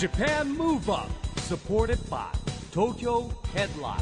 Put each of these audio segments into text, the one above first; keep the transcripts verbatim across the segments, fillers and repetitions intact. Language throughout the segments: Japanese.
Japan Move Up, supported by Tokyo Headline。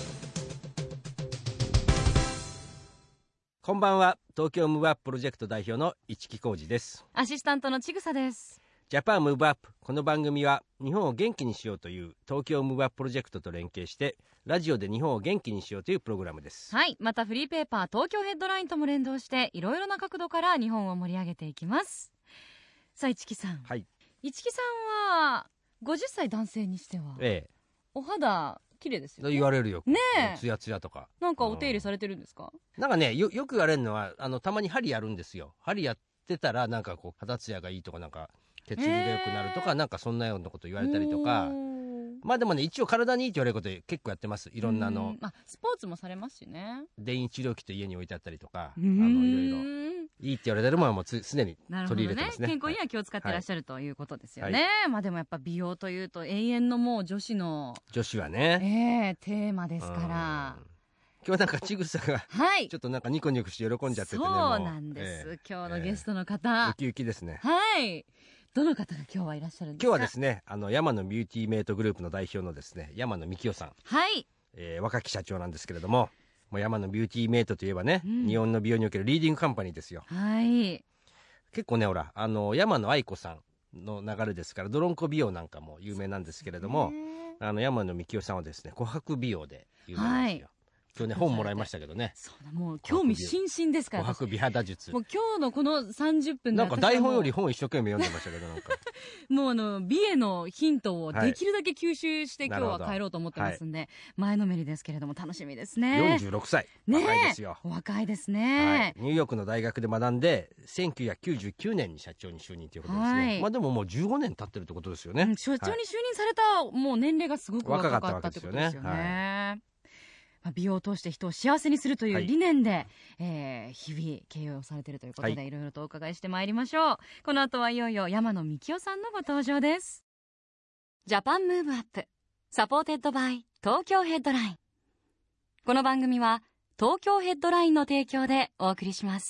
こんばんは。東京ムーブアッププロジェクト代表の市木浩司です。 アシスタントのちぐさです。 ジャパンムーブアップ、この番組は日本を元気にしようという東京ムーブアッププロジェクトと連携してラジオで日本を元気にしようというプログラムです。 はい、またフリーペーパー東京ヘッドラインとも連動していろいろな角度から日本を盛り上げていきます。さあ市木さん、 はい、 市木さんはごじゅっさい男性にしては、 ええ、 お肌綺麗ですよね。 言われるよねえ、 ツヤツヤとか。 なんかお手入れされてるんですか？ なんかね、よ, よく言われるのはあのたまに針やるんですよ。針やってたらなんかこう肌ツヤがいいとか、なんか血流が良くなるとか、なんかそんなようなこと言われたりとか。まあでもね、一応体にいいって言われること結構やってます。いろんなあの、 あ、スポーツもされますしね。 電位治療器と家に置いてあったりとか、あののいろいろいいって言われてるものはもうつ常に取り入れてますね。 健康には気を使ってらっしゃる、はい、ということですよね、はい。まあでもやっぱ美容というと永遠のもう女子の女子はね、 えー、テーマですから。 今日はなんかちぐさが、はい、ちょっとなんかニコニコして喜んじゃっててね。 そうなんです、えー、今日のゲストの方、 ウキウキですね。 はい、どの方が今日はいらっしゃるんですか？ 今日はですね、あの山野ビューティーメイトグループの代表のですね、山野幹夫さん、 はい、 えー、若き社長なんですけれども、もう山野ビューティーメイトといえばね、うん、日本の美容におけるリーディングカンパニーですよ。 はい、 結構ね、ほらあの山野愛子さんの流れですから、ドロンコ美容なんかも有名なんですけれども、あの山野幹夫さんはですね、琥珀美容で有名なんですよ。はい、今日ね本もらいましたけどね。 そうだ、もう興味津々ですから。 琥珀美肌術。 もう今日のこのさんじゅっぷんでなんか台本より本一生懸命読んでましたけど、なんかもうあの美へのヒントをできるだけ吸収して、はい、今日は帰ろうと思ってますんで、はい、前のめりですけれども楽しみですね。 よんじゅうろくさい、ね、若いですよ。 お若いですね、 はい、ニューヨークの大学で学んでせんきゅうひゃくきゅうじゅうきゅうねんに社長に就任ということですね。はい、まあでももうじゅうごねん経ってるってことですよね。 うん、社長に就任された、はい、もう年齢がすごく若かったってことですよね。はい、美容を通して人を幸せにするという理念で、はい、えー、日々経営をされているということで、はい、いろいろとお伺いしてまいりましょう。この後はいよいよ山野幹夫さんのご登場です。ジャパンムーブアップサポーテッドバイ東京ヘッドライン。この番組は東京ヘッドラインの提供でお送りします。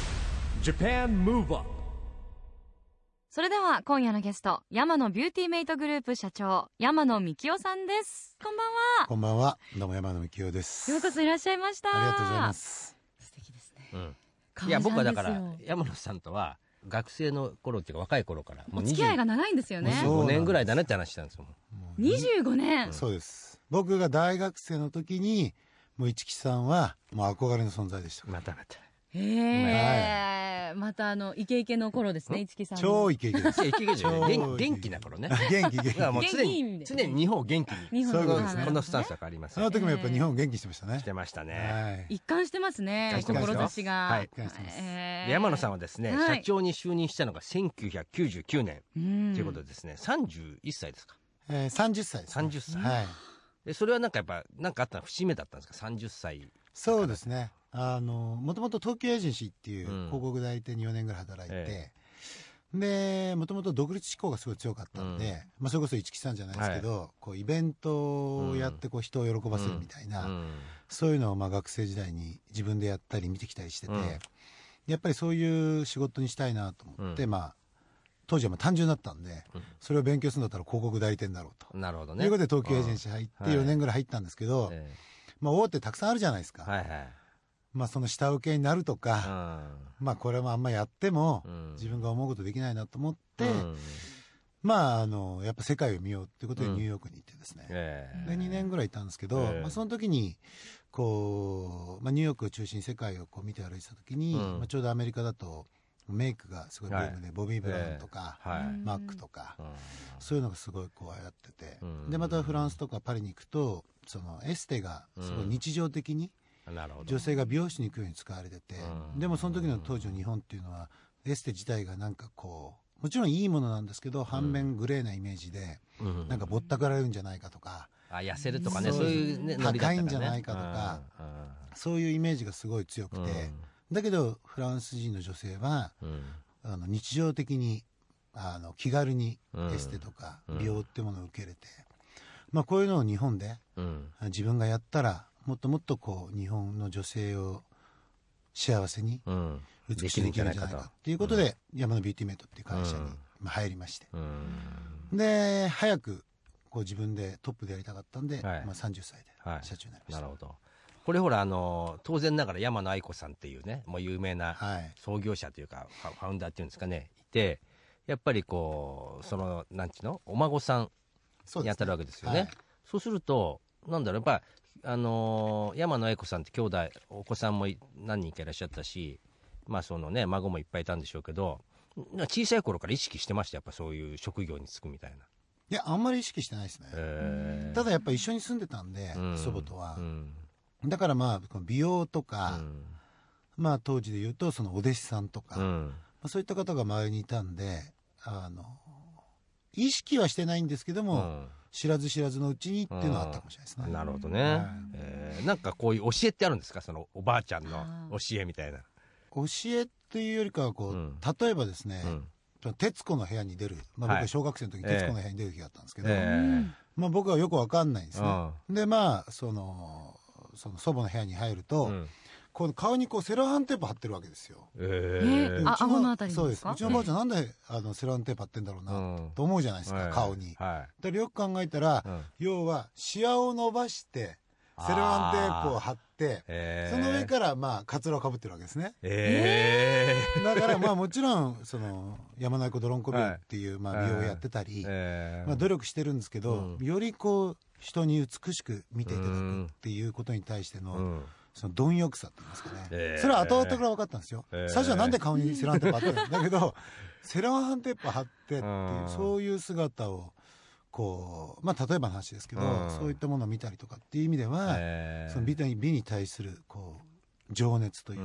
Japan Move Up。 それでは今夜のゲスト、山野ビューティーメイトグループ社長山野幹夫さんです。こんばんは。 こんばんは、どうも山野幹夫です。 ようこそいらっしゃいました。 ありがとうございます。 素敵ですね、 うん、いや僕はだから山野さんとは学生の頃っていうか若い頃からもう付き合いが長いんですよね。 にじゅうごねんぐらいだねって話したんですよ。 もうにじゅうごねん、 うん、そうです。僕が大学生の時にもう市木さんはもう憧れの存在でした。 またまたへえ、はい、またあのイケイケの頃ですね、市木さん。 超イケイケです。 イケイケじゃない、元, 元気な頃ね。 元気元気。 もう常に常に日本を元気に。 そういうことですね。 このスタンスは変わります。 その時もやっぱり日本を元気にしてましたね。 してましたね。 はい、 一貫してますね。志が。 はい。えー、山野さんはですね、はい、社長に就任したのがせんきゅうひゃくきゅうじゅうきゅうねんということでですね、さんじゅういっさいですか。 えー、さんじゅっさいです、ね。 さんじゅっさい。 はい。 でそれはなんかやっぱなんかあった節目だったんですか、さんじゅっさい。 そうですね。あのもともと東京エージェンシーっていう広告代理店によねんぐらい働いて、うん、でもともと独立志向がすごい強かったんで、うん、まあ、それこそ市木さんじゃないですけど、はい、こうイベントをやってこう人を喜ばせるみたいな、うん、そういうのをまあ学生時代に自分でやったり見てきたりしてて、うん、やっぱりそういう仕事にしたいなと思って、うん、まあ当時はまあ単純だったんで、うん、それを勉強するんだったら広告代理店だろうと。 なるほどね。 ということで東京エージェンシー入ってよねんぐらい入ったんですけど、はい、まあ、大手たくさんあるじゃないですか。はいはい、まあ、その下請けになるとか、うん、まあこれもあんまやっても自分が思うことできないなと思って、うん、まああのやっぱ世界を見ようっていうことでニューヨークに行ってですね、うん、でにねんぐらいいたんですけど、えーまあ、その時にこう、まあ、ニューヨークを中心に世界をこう見て歩いてた時に、うん、まあ、ちょうどアメリカだとメイクがすごいブームで、はい、ボビー・ブラウンとか、えーはい、マックとか、うん、そういうのがすごいこう流行ってて、うん、でまたフランスとかパリに行くとそのエステがすごい日常的に、うん、女性が美容師に行くように使われてて、うん、でもその時の当時の日本っていうのはエステ自体がなんかこうもちろんいいものなんですけど、うん、反面グレーなイメージで、うん、なんかぼったくられるんじゃないかとか、 あ痩せるとかね、そういう、ね、 高いんじゃないかとか、うん、そういうイメージがすごい強くて、うん、だけどフランス人の女性は、うん、あの日常的にあの気軽にエステとか美容ってものを受け入れて、まあ、こういうのを日本で、うん、自分がやったらもっともっとこう日本の女性を幸せに美しくできるんじゃないかっていうことで、うん、山野ビューティーメイトっていう会社に入りまして、うん、 で早くこう自分でトップでやりたかったんで、 はいまあ、さんじゅっさいで社長になりました、 はい、なるほど。これほらあの当然ながら山野愛子さんっていうねもう有名な創業者というか、はい、ファウンダーっていうんですかねいてやっぱりこうそのなんちゅうのお孫さんに当たるわけですよね。そうですね、はい、そうするとなんだろうやっぱあのー、山野愛子さんって兄弟お子さんも何人かいらっしゃったしまあそのね孫もいっぱいいたんでしょうけど小さい頃から意識してましたやっぱそういう職業に就くみたいな。 いやあんまり意識してないですね。ただやっぱ一緒に住んでたんで、うん、祖母とは、うん、だからまあ美容とか、うん、まあ当時で言うとそのお弟子さんとか、うんまあ、そういった方が周りにいたんであの意識はしてないんですけども、うん知らず知らずのうちにっていうのはあったかもしれないですね、うん、 なるほどね、はいえー、なんかこういう教えってあるんですかそのおばあちゃんの教えみたいな。 教えっていうよりかはこう、うん、例えばですね、うん、徹子の部屋に出る、まあ、僕は小学生の時に徹子の部屋に出る日があったんですけど、えーまあ、僕はよくわかんないんですね、うん、でまあそのその祖母の部屋に入ると、うんこの顔にこうセロハンテープ貼ってるわけですよ。 えー、あ顎のあたりにそうです。うちのばあちゃんなんであのセロハンテープ貼ってんだろうな、うん、と思うじゃないですか、うん、顔に、はい、だからよく考えたら、うん、要はシワを伸ばしてセロハンテープを貼って、その上からまあカツラをかぶってるわけですね。えー、だからまあもちろんその山内湖ドロンコビューっていうまあ美容をやってたり、えー、まあ努力してるんですけど、うん、よりこう人に美しく見ていただくっていうことに対しての、うんその貪欲さって言いますかね、えー、それは後々から分かったんですよ、えー、最初はなんで顔にセロハンテープ貼ってるんだけどセロハンテープ貼ってっていう、うん、そういう姿をこう、まあ、例えばの話ですけど、うん、そういったものを見たりとかっていう意味では、えー、その 美, 美に対するこう情熱というか、うん、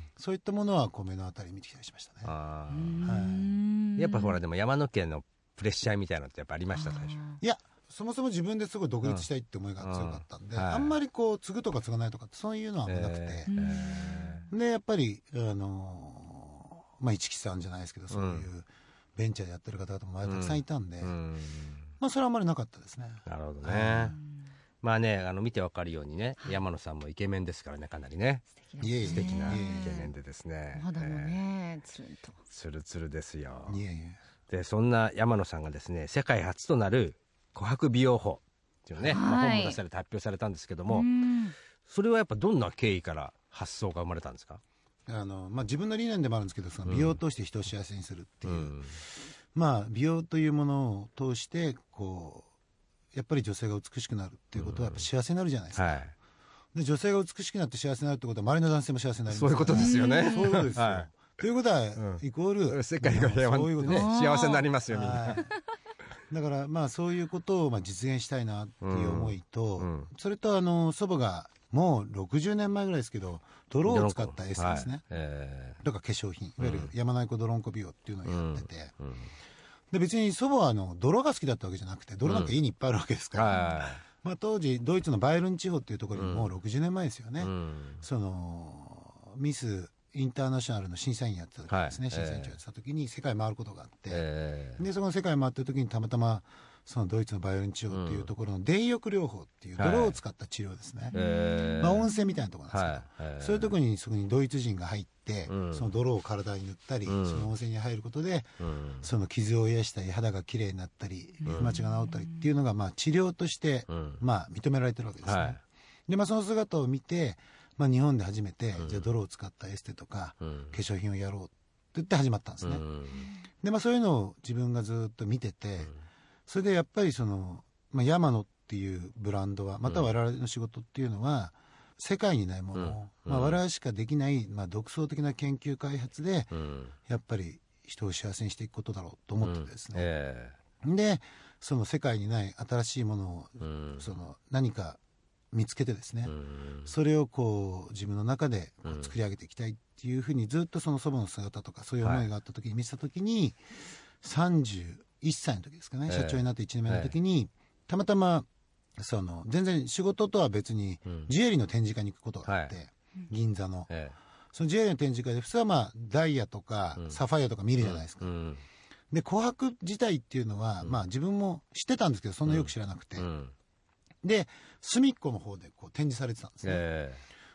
そういったものはこう目の当たりに見てきたりしましたね。あ、 はい、やっぱほらでも山野県のプレッシャーみたいなのってやっぱありました最初。 いやそもそも自分ですごい独立したいって思いが強かったんで、うんうんはい、あんまりこう継ぐとか継がないとかそういうのはあんまなくて、えー、でやっぱりあのー、まあ市木さんじゃないですけどそういうベンチャーでやってる方々もたくさんいたんで、うんうん、まあそれはあんまりなかったですね。 なるほどね、うん、まあねあの見てわかるようにね山野さんもイケメンですからねかなりねいえいえ素敵なイケメンでですね肌もねつるんとつるつるですよ。 いえいえでそんな山野さんがですね世界初となる琥珀美容法っていうね、はいまあ、本も出されて発表されたんですけども、それはやっぱどんな経緯から発想が生まれたんですか？ あの、まあ、自分の理念でもあるんですけどその美容を通して人を幸せにするっていう、うん、まあ美容というものを通してこうやっぱり女性が美しくなるっていうことはやっぱ幸せになるじゃないですか、うんはい、で女性が美しくなって幸せになるってことは周りの男性も幸せになりますから、 そういうことですよね。 そういうことですよ、はい、ということは、うん、イコール世界が平和に、ね、幸せになりますよみんな、はいだからまあそういうことをまあ実現したいなっていう思いと、うんうん、それとあの祖母がもうろくじゅうねんまえぐらいですけど泥を使ったエステですね、はいえー、とか化粧品いわゆる山内湖ドロンコ美容っていうのをやってて、うんうん、で別に祖母はあの泥が好きだったわけじゃなくて泥なんか家にいっぱいあるわけですから、うんまあ、当時ドイツのバイエルン地方っていうところにもうろくじゅうねんまえですよね、うん、そのミスインターナショナルの審査員やってた時ですね、はい、審査員長やってた時に世界回ることがあって、えー、でそこの世界回ってる時にたまたまそのドイツのバイエルン地方っていうところの電浴療法っていう泥を使った治療ですね、はいまあ、温泉みたいなところなんですけど、はい、そういうところにそこにドイツ人が入って、うん、その泥を体に塗ったり、うん、その温泉に入ることで、うん、その傷を癒したり肌がきれいになったり皮膚待ちが治ったりっていうのがまあ治療として、うんまあ、認められてるわけですね、はい、でまあ、その姿を見てまあ、日本で初めて、うん、じゃあ泥を使ったエステとか、うん、化粧品をやろうって言って始まったんですね、うん、でまあそういうのを自分がずっと見てて、うん、それでやっぱりその、まあ、山野っていうブランドはまた我々の仕事っていうのは、世界にないものを、うんまあ、我々しかできない、まあ、独創的な研究開発で、うん、やっぱり人を幸せにしていくことだろうと思っててですね、うんえー、でその世界にない新しいものを、うん、その何か見つけてですね、うん、それをこう自分の中でこう作り上げていきたいっていうふうにずっとその祖母の姿とかそういう思いがあった時に見せた時に、はい、さんじゅういっさいの時ですかね、えー、社長になっていちねんめの時に、えー、たまたまその全然仕事とは別にジュエリーの展示会に行くことがあって、はい、銀座の、えー、そのジュエリーの展示会で普通はまあダイヤとか、うん、サファイアとか見るじゃないですか、うんうんで琥珀自体っていうのは、うんまあ、自分も知ってたんですけどそんなよく知らなくて、うん、で隅っこの方でこう展示されてたんですね、え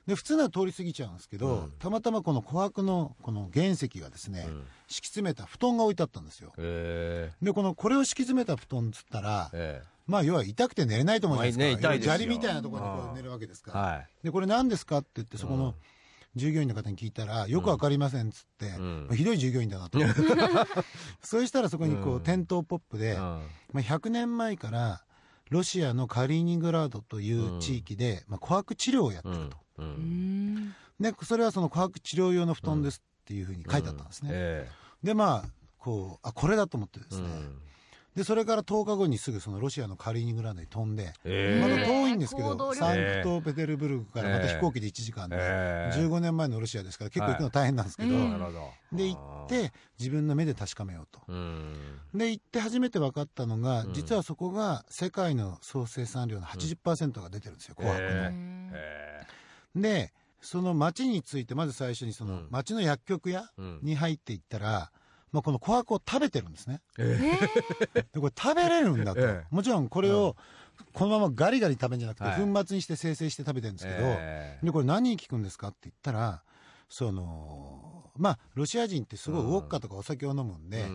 で普通なら通り過ぎちゃうんですけど、うん、たまたまこの琥珀のこの原石がですね、うん、敷き詰めた布団が置いてあったんですよ。でこのこれを敷き詰めた布団っつったら、まあ要は痛くて寝れないと思うんですから、まあね、砂利みたいなところにこう寝るわけですから、はい、でこれ何ですかって言ってそこの従業員の方に聞いたら、よくわかりませんっつって、うん、まあ、ひどい従業員だなとそうしたらそこにこう店頭ポップで、うん、まあ、ひゃくねんまえからロシアのカリーニングラードという地域で、まあ、琥珀治療をやってると、うん、でそれはその琥珀治療用の布団ですっていうふうに書いてあったんですね、うんえー、でまあこうあこれだと思ってですね、うん、でそれからとおかごにすぐそのロシアのカリーニングラードに飛んで、えー、まだ遠いんですけど、サンクトペテルブルクからまた飛行機でいちじかんで、えー、じゅうごねんまえのロシアですから結構行くの大変なんですけど、はい、で行って自分の目で確かめようと、うん、で行って初めて分かったのが、うん、実はそこが世界の総生産量の はちじゅっパーセント が出てるんですよ、琥珀の、えー、でその町についてまず最初にその町の薬局屋に入っていったら、まあ、この琥珀を食べてるんですね、えー、でこれ食べれるんだと、えー、もちろんこれをこのままガリガリ食べるんじゃなくて、はい、粉末にして精製して食べてるんですけど、えー、でこれ何に効くんですかって言ったら、そのまあロシア人ってすごいウォッカとかお酒を飲むんで、うん、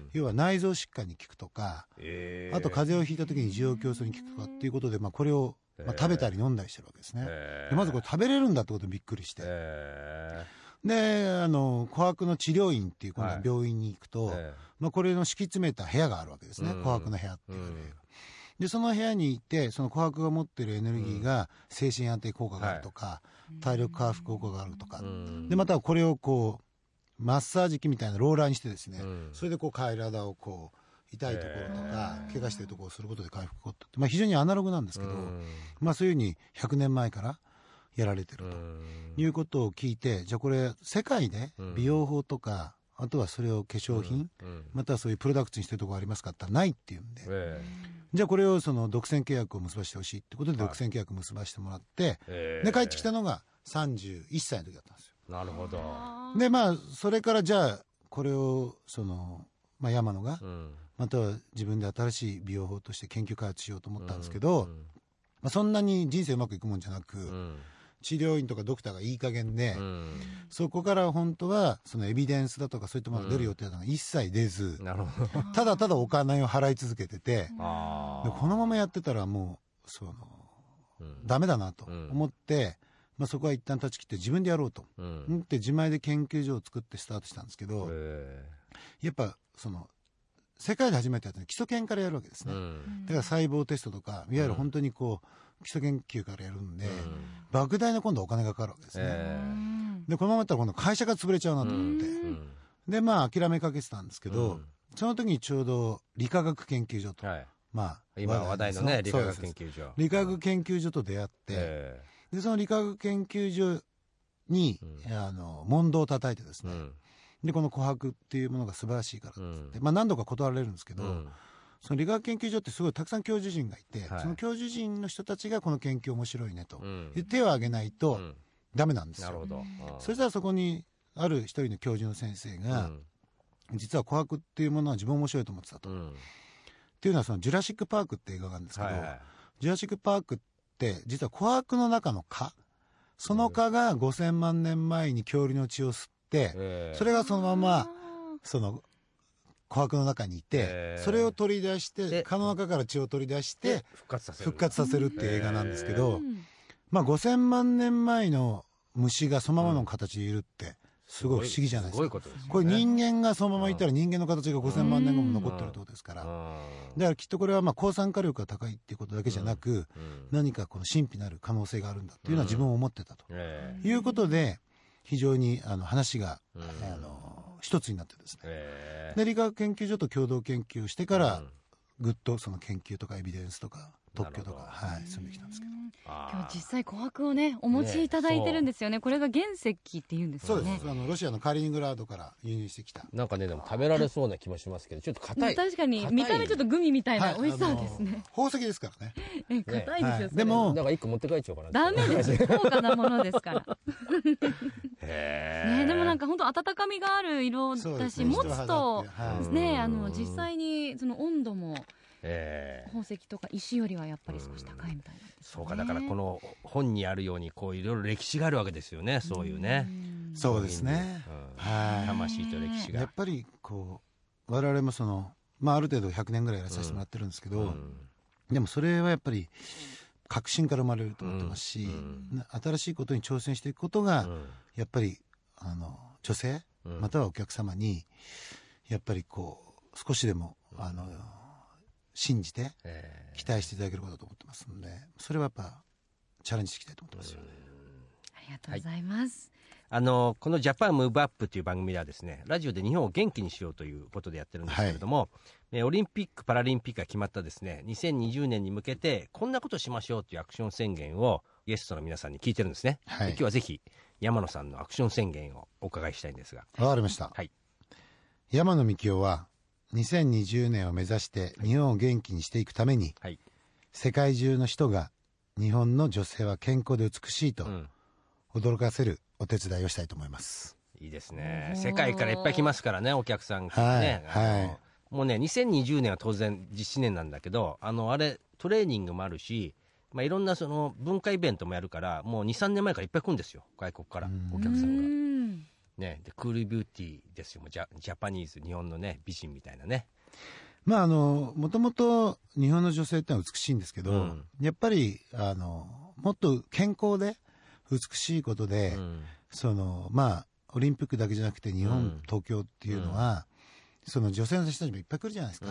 要は内臓疾患に効くとか、えー、あと風邪をひいた時に需要競争に効くとかっていうことで、まあ、これを、まあ、食べたり飲んだりしてるわけですね、えー、でまずこれ食べれるんだってことにびっくりして、えーであの琥珀の治療院っていうこの病院に行くと、はい、まあ、これの敷き詰めた部屋があるわけですね、うん、琥珀の部屋っていう、うん、でその部屋に行ってその琥珀が持っているエネルギーが精神安定効果があるとか、はい、体力回復効果があるとか、うん、でまたこれをこうマッサージ機みたいなローラーにしてですね、うん、それでこう体をこう痛いところとか怪我しているところをすることで回復効果って、まあ、非常にアナログなんですけど、うん、まあ、そういうふうにひゃくねんまえからやられてるということを聞いて、じゃあこれ世界で美容法とか、うん、あとはそれを化粧品、うん、またはそういうプロダクツにしてるところありますかって言ったらないっていうんで、えー、じゃあこれをその独占契約を結ばしてほしいってことで独占契約を結ばしてもらって、はい、で帰ってきたのがさんじゅういっさいの時だったんですよ。 なるほど。 でまあそれからじゃあこれをその、まあ、山野が、うん、または自分で新しい美容法として研究開発しようと思ったんですけど、うんうん、まあ、そんなに人生うまくいくもんじゃなく、うん、治療院とかドクターがいい加減で、うん、そこから本当はそのエビデンスだとかそういったものが出る予定だったのが一切出ず、うん、なるほどただただお金を払い続けてて、あでこのままやってたらもうその、うん、ダメだなと思って、まあ、そこは一旦断ち切って自分でやろうと、うん、って自前で研究所を作ってスタートしたんですけど、やっぱその世界で初めてやったのは基礎研からやるわけですね、うん、だから細胞テストとかいわゆる本当にこう基礎研究からやるんで、うん、莫大な今度お金がかかるわけですね、えー、でこのままやったら今度会社が潰れちゃうなと思って、うん、でまあ諦めかけてたんですけど、うん、その時にちょうど理化学研究所と、はい、まあ今話題のね理化学研究所理化学研究所と出会って、えー、でその理化学研究所に、うん、あの問答を叩いてですね、うん、でこの琥珀っていうものが素晴らしいからってって、うん、まあ、何度か断られるんですけど、うん、その理学研究所ってすごいたくさん教授陣がいて、はい、その教授陣の人たちがこの研究面白いねと、うん、手を挙げないとダメなんですよ、うん、なるほど。そしたらそこにある一人の教授の先生が、うん、実は琥珀っていうものは自分面白いと思ってたと、うん、っていうのはそのジュラシックパークって映画があるんですけど、はいはい、ジュラシックパークって実は琥珀の中の蚊、その蚊がごせんまんねんまえに恐竜の血を吸って、えー、それがそのままその琥珀の中にいて、えー、それを取り出して蚊の中から血を取り出して復活させる、復活させるっていう映画なんですけど、えー、まあ、ごせんまんねんまえの虫がそのままの形でいるってすごい不思議じゃないですか。すごいことですね。これ人間がそのままいたら人間の形がごせんまんねんごも残ってるってことですから、だからきっとこれはまあ抗酸化力が高いっていうことだけじゃなく、うんうん、何かこの神秘なる可能性があるんだっていうのは自分を思ってたと、うんえー、いうことで非常にあの話が、うん、あの一つになってですね、えー、で理学研究所と共同研究をしてから、うん、ぐっとその研究とかエビデンスとか特許とか、はい、進んできたんですけど、 今日実際琥珀をねお持ちいただいてるんですよね。これが原石っていうんですよね。 そうです。あのロシアのカリーニングラードから輸入してきた。 なんかね、でも食べられそうな気もしますけど、ちょっと硬い。 確かに見た目ちょっとグミみたいな、はい、美味しそうですね。 宝石ですからね。 え、硬いですよ、ね、 でもなんか一個持って帰っちゃおうかな。 ダメですよ、高価なものですからへー、ね、でもなんか本当温かみがある色だし、ね、持つと、はい、ね、あの実際にその温度もえー、 宝石とか石よりはやっぱり少し高いみたいなんですね。 そうか、だからこの本にあるようにこういろいろ歴史があるわけですよね、そういうね。 うそうですね、 うん、はい、魂と歴史がやっぱりこう我々もその、まあ、ある程度ひゃくねんぐらいやらさせてもらってるんですけど、うん、でもそれはやっぱり革新から生まれると思ってますし、うんうん、新しいことに挑戦していくことが、うん、やっぱりあの女性、うん、またはお客様にやっぱりこう少しでもあの信じて期待していただけることだと思ってますので、それはやっぱチャレンジしていきたいと思ってますよね。 ありがとうございます、 はい、あのこのジャパンムーブアップという番組ではですね、ラジオで日本を元気にしようということでやってるんですけれども、はい、オリンピックパラリンピックが決まったですねにせんにじゅうねんに向けてこんなことしましょうというアクション宣言をゲストの皆さんに聞いてるんですね、はい、今日はぜひ山野さんのアクション宣言をお伺いしたいんですが。 わかりました、 はい、 山野幹夫はにせんにじゅうねんを目指して日本を元気にしていくために、はい、世界中の人が日本の女性は健康で美しいと驚かせるお手伝いをしたいと思います。 いいですね。世界からいっぱい来ますからね、お客さんがね、はいはい、もうねにせんにじゅうねんは当然実施年なんだけど、あのあれトレーニングもあるし、まあ、いろんなその文化イベントもやるから、もう に,さん 年前からいっぱい来るんですよ、外国からお客さんがね。でクールビューティーですよ、ジャ、ジャパニーズ、日本のね美人みたいなね。 まああのもともと日本の女性ってのは美しいんですけど、うん、やっぱりあのもっと健康で美しいことで、うん、そのまあオリンピックだけじゃなくて日本、うん、東京っていうのは、うん、その女性の人たちもいっぱい来るじゃないですか、うん、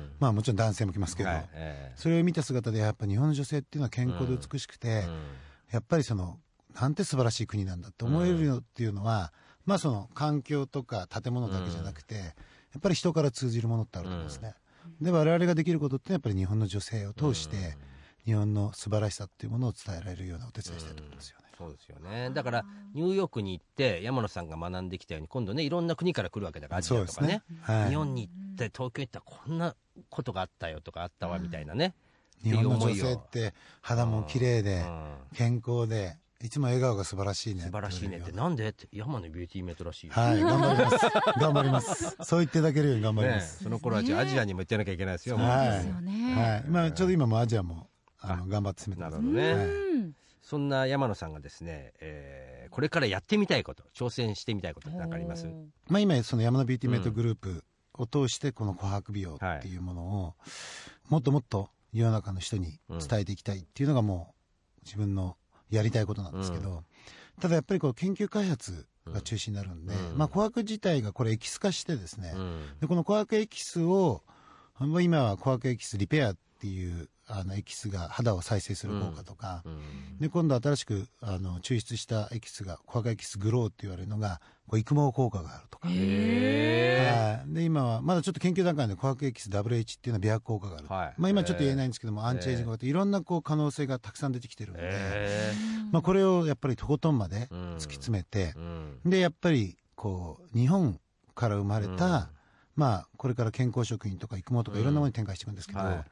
まあもちろん男性も来ますけど、はい、えー、それを見た姿でやっぱ日本の女性っていうのは健康で美しくて、うん、やっぱりそのなんて素晴らしい国なんだって思えるよっていうのは、うん、まあその環境とか建物だけじゃなくて、うん、やっぱり人から通じるものってあると思うんですね、うん、で我々ができることってやっぱり日本の女性を通して、うん、日本の素晴らしさっていうものを伝えられるようなお手伝いしたいと思いますよね、 うん、そうですよね。だからニューヨークに行って山野さんが学んできたように、今度ねいろんな国から来るわけだから、アジアとか ね, ね、はい、日本に行って東京行ったらこんなことがあったよとかあったわみたいなね、 日本の女性って肌も綺麗で健康でいつも笑顔が素晴らしいね、 素晴らしいねって、なんでって山野ビューティーメイトらしい、 はい、頑張ります頑張りますそう言っていただけるように頑張ります、 ね、その頃はじゃあアジアにも行ってなきゃいけないですよ、 はい、 そうですよね、 はい、まあ、ちょうど今もアジアもあの頑張って攻めてます。 なるほどね、はい、そんな山野さんがですね、えー、これからやってみたいこと、挑戦してみたいことって何かあります？ まあ、今その山野ビューティーメイトグループを通してこの琥珀美容っていうものをもっともっと世の中の人に伝えていきたいっていうのがもう自分のやりたいことなんですけど、うん、ただやっぱりこう研究開発が中心になるんで、うん、まあ、琥珀自体がこれエキス化してですね、うん、でこの琥珀エキスを今は琥珀エキスリペアっていうあのエキスが肌を再生する効果とか、うん、で今度新しくあの抽出したエキスが琥珀エキスグローって言われるのがこう育毛効果があるとか、 へはい、で今はまだちょっと研究段階で琥珀エキス ダブリューエイチ っていうのは美白効果がある、はい、まあ、今ちょっと言えないんですけどもアンチエイジングっていろんなこう可能性がたくさん出てきてるんで、まあ、これをやっぱりとことんまで突き詰めて、うんうん、でやっぱりこう日本から生まれた、うん、まあ、これから健康食品とか育毛とかいろんなものに展開していくんですけど、うん、はい、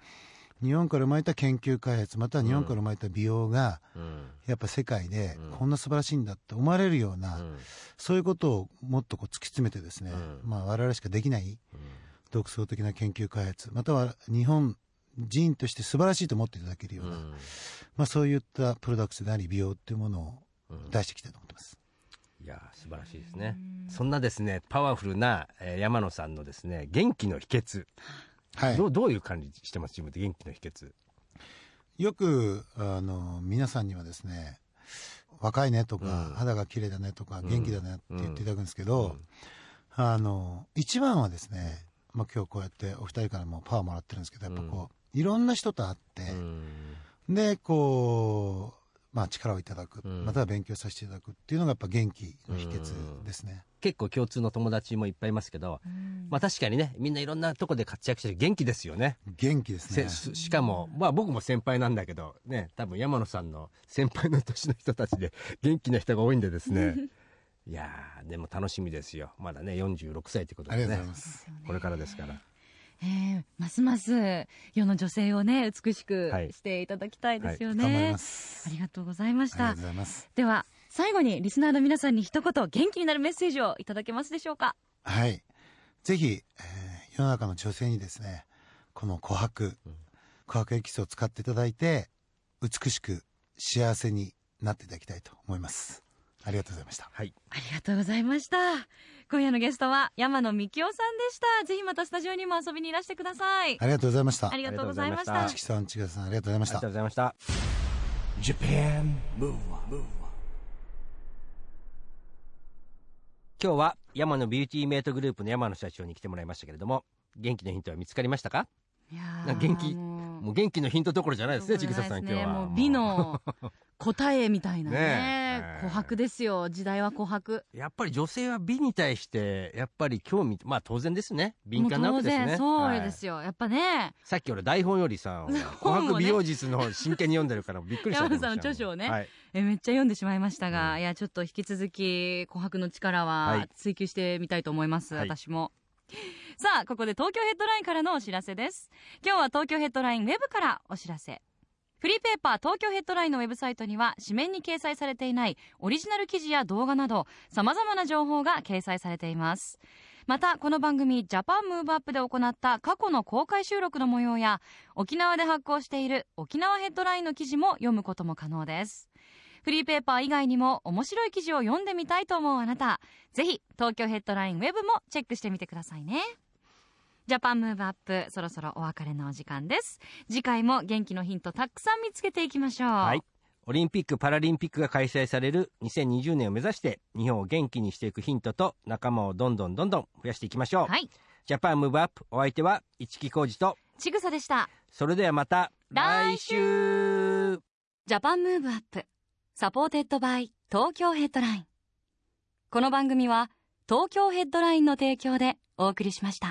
日本から生まれた研究開発または日本から生まれた美容が、うん、やっぱ世界でこんな素晴らしいんだって思われるような、うん、そういうことをもっとこう突き詰めてですね、うん、まあ、我々しかできない、うん、独創的な研究開発または日本人として素晴らしいと思っていただけるような、うん、まあ、そういったプロダクツであり美容っていうものを出していきたいと思ってます、 うん、いや素晴らしいですね。そんなですねパワフルな、えー、山野さんのですね元気の秘訣、はい、ど, どういう管理してます？自分で元気の秘訣。 よくあの皆さんにはですね若いねとか、うん、肌が綺麗だねとか、うん、元気だねって言っていただくんですけど、うん、あの一番はですね、まあ、今日こうやってお二人からもパワーもらってるんですけどやっぱこう、うん、いろんな人と会って、うん、でこうまあ、力をいただく、うん、または勉強させていただくっていうのがやっぱ元気の秘訣ですね、うん、 結構共通の友達もいっぱいいますけど、うん、まあ、確かにねみんないろんなとこで活躍して元気ですよね。 元気ですね。 しかも、まあ、僕も先輩なんだけどね、多分山野さんの先輩の年の人たちで元気な人が多いんでですねいやでも楽しみですよ。まだねよんじゅうろくさいということでね、 ありがとうございます。 これからですから、 えー、ますます世の女性をね美しくしていただきたいですよね、はいはい、頑張ります。ありがとうございました。 ありがとうございます。 では最後にリスナーの皆さんに一言元気になるメッセージをいただけますでしょうか。 はい、ぜひ、えー、世の中の女性にですねこの琥珀、 琥珀エキスを使っていただいて美しく幸せになっていただきたいと思います。ありがとうございました。 はい、 ありがとうございました。今夜のゲストは山野幹夫さんでした。ぜひまたスタジオにも遊びにいらしてください。 ありがとうございました。 ありがとうございました。 市木さん、千賀さん、ありがとうございました。 ありがとうございました。 Japan Move Up。 今日は山野ビューティーメイトグループの山野社長に来てもらいましたけれども、元気のヒントは見つかりましたか？ いやなんか元気もう元気のヒントどころじゃないですね、千草さん、今日はもう美の答えみたいな ね, ね琥珀ですよ。時代は琥珀。 やっぱり女性は美に対してやっぱり興味、まあ当然ですね、敏感なわけですね。 当然そうですよ、はい、やっぱね。 さっき俺台本よりさ、 ね、 琥珀美容術の真剣に読んでるからびっくりした山野さんの著書をね、 はい、 えめっちゃ読んでしまいましたが、うん、いやちょっと引き続き琥珀の力は追求してみたいと思います、はい、私も。さあここで東京ヘッドラインからのお知らせです。今日は東京ヘッドラインウェブからお知らせ。フリーペーパー東京ヘッドラインのウェブサイトには紙面に掲載されていないオリジナル記事や動画など様々な情報が掲載されています。またこの番組ジャパンムーブアップで行った過去の公開収録の模様や沖縄で発行している沖縄ヘッドラインの記事も読むことも可能です。フリーペーパー以外にも面白い記事を読んでみたいと思うあなた、ぜひ東京ヘッドラインウェブもチェックしてみてくださいね。ジャパンムーブアップ、そろそろお別れのお時間です。次回も元気のヒントたくさん見つけていきましょう。 はい、オリンピック・パラリンピックが開催されるにせんにじゅうねんを目指して日本を元気にしていくヒントと仲間をどんどんどんどん増やしていきましょう。 はい、 ジャパンムーブアップ、お相手は市木浩二とちぐさでした。 それではまた来週。 ジャパンムーブアップサポーテッドバイ東京ヘッドライン。この番組は東京ヘッドラインの提供でお送りしました。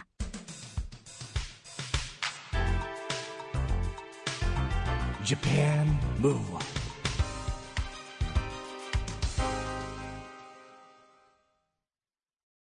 Japan Move Up。